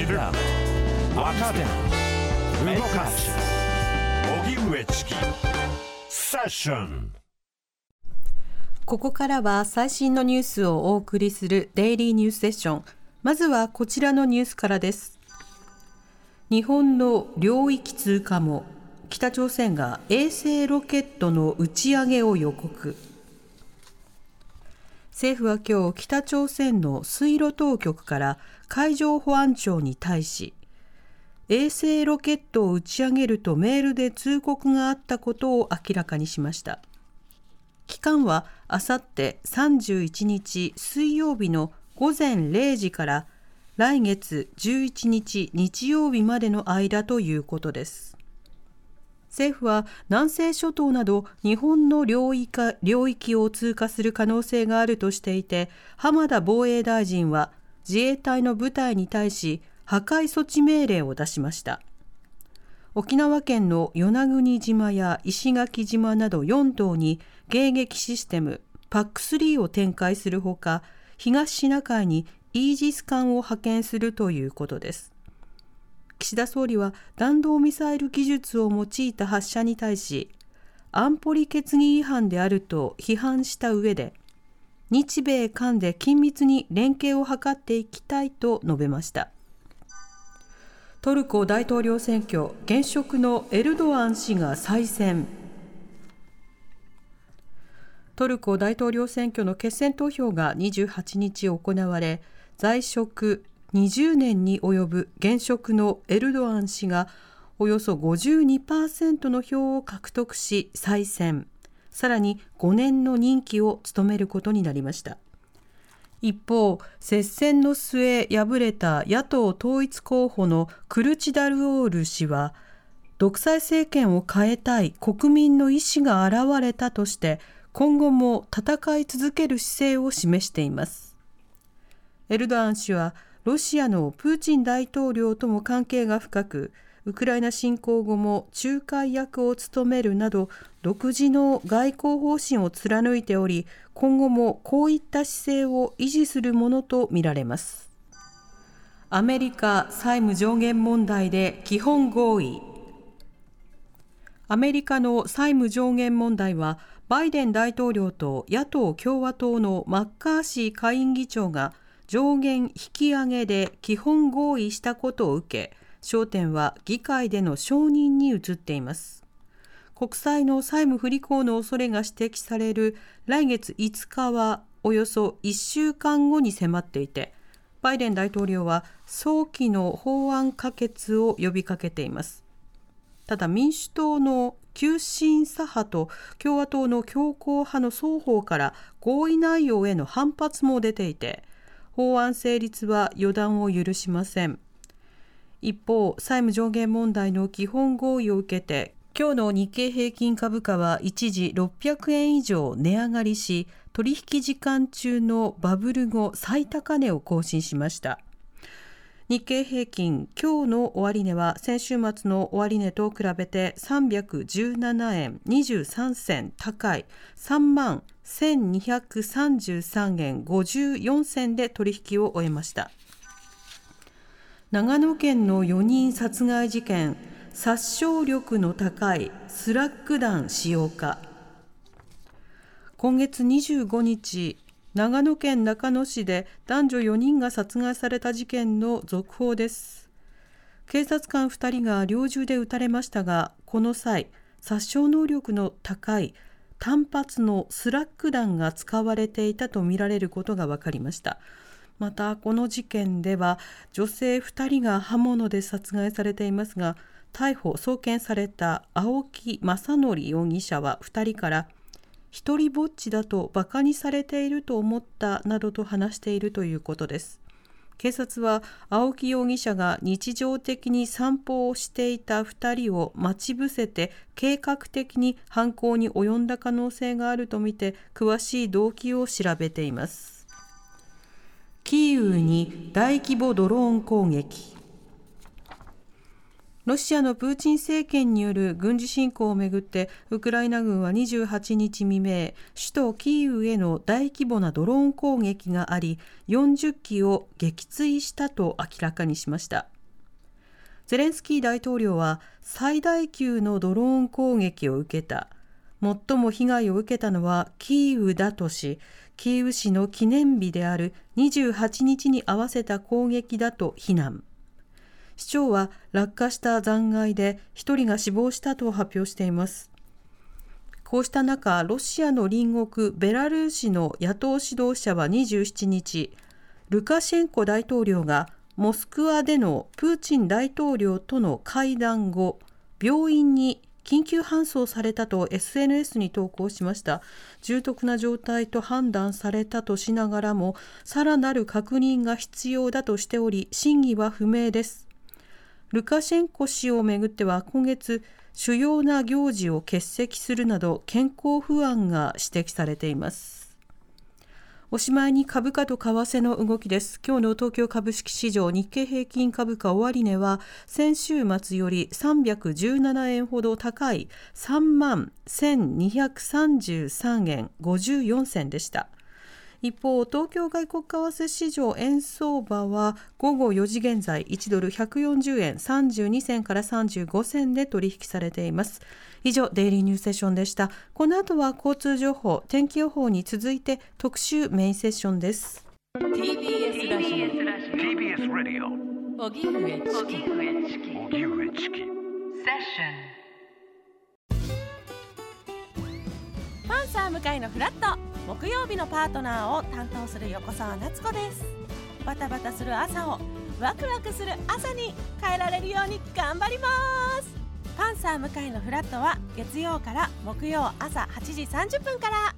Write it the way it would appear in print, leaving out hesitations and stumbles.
知る、わかる、動かす。荻上チキセッション。 ここからは最新のニュースをお送りするデイリーニュースセッション。まずはこちらのニュースからです。日本の領域通過も、北朝鮮が衛星ロケットの打ち上げを予告。政府は今日、北朝鮮の水路当局から海上保安庁に対し、衛星ロケットを打ち上げるとメールで通告があったことを明らかにしました。期間はあさって31日水曜日の午前0時から来月11日日曜日までの間ということです。政府は南西諸島など日本の領域を通過する可能性があるとしていて、浜田防衛大臣は自衛隊の部隊に対し破壊措置命令を出しました。沖縄県の与那国島や石垣島など4島に迎撃システム PAC3 を展開するほか、東シナ海にイージス艦を派遣するということです。岸田総理は弾道ミサイル技術を用いた発射に対し、安保理決議違反であると批判した上で、日米韓で緊密に連携を図っていきたいと述べました。トルコ大統領選挙、現職のエルドアン氏が再選。トルコ大統領選挙の決選投票が28日行われ、在職20年に及ぶ現職のエルドアン氏がおよそ 52% の票を獲得し再選。さらに5年の任期を務めることになりました。一方、接戦の末敗れた野党統一候補のクルチダルオール氏は、独裁政権を変えたい国民の意思が現れたとして、今後も戦い続ける姿勢を示しています。エルドアン氏は、ロシアのプーチン大統領とも関係が深く、ウクライナ侵攻後も仲介役を務めるなど、独自の外交方針を貫いており、今後もこういった姿勢を維持するものとみられます。アメリカ債務上限問題で基本合意。アメリカの債務上限問題は、バイデン大統領と野党共和党のマッカーシー下院議長が上限引き上げで基本合意したことを受け、焦点は議会での承認に移っています。国債の債務不履行の恐れが指摘される来月5日はおよそ1週間後に迫っていて、バイデン大統領は早期の法案可決を呼びかけています。ただ民主党の急進左派と共和党の強硬派の双方から合意内容への反発も出ていて、法案成立は予断を許しません。一方、債務上限問題の基本合意を受けて、今日の日経平均株価は一時600円以上値上がりし、取引時間中のバブル後最高値を更新しました。日経平均、今日の終値は先週末の終値と比べて317円23銭高い31,233円54銭で取引を終えました。長野県の4人殺害事件、殺傷力の高いスラッグ弾使用か。今月25日、長野県中野市で男女4人が殺害された事件の続報です。警察官2人が猟銃で撃たれましたが、この際、殺傷能力の高い単発のスラッグ弾が使われていたとみられることが分かりました。またこの事件では女性2人が刃物で殺害されていますが、逮捕・送検された青木正則容疑者は2人から一人ぼっちだとバカにされていると思ったなどと話しているということです。警察は青木容疑者が日常的に散歩をしていた2人を待ち伏せて計画的に犯行に及んだ可能性があるとみて詳しい動機を調べています。キーウに大規模ドローン攻撃。ロシアのプーチン政権による軍事侵攻をめぐってウクライナ軍は28日未明、首都キーウへの大規模なドローン攻撃があり、40機を撃墜したと明らかにしました。 ゼレンスキー大統領は最大級のドローン攻撃を受けた。最も被害を受けたのはキーウだとし、キーウ市の記念日である28日に合わせた攻撃だと非難。市長は落下した残骸で1人が死亡したと発表しています。こうした中、ロシアの隣国ベラルーシの野党指導者は27日、ルカシェンコ大統領がモスクワでのプーチン大統領との会談後、病院に緊急搬送されたと SNS に投稿しました。重篤な状態と判断されたとしながらも、さらなる確認が必要だとしており、真偽は不明です。ルカシェンコ氏をめぐっては今月、主要な行事を欠席するなど健康不安が指摘されています。おしまいに株価と為替の動きです。今日の東京株式市場、日経平均株価終値は先週末より317円ほど高い 31,233 円54銭でした。一方、東京外国為替市場円相場は午後4時現在1ドル140円32銭から35銭で取引されています。以上、デイリーニュースセッションでした。この後は交通情報、天気予報に続いて特集メインセッションです。 TBS ラジオ TBS ラジオ荻上チキセッション。パンサー向かいのフラット、木曜日のパートナーを担当する横澤夏子です。バタバタする朝をワクワクする朝に変えられるように頑張ります。パンサー向かいのフラットは月曜から木曜朝8時30分から。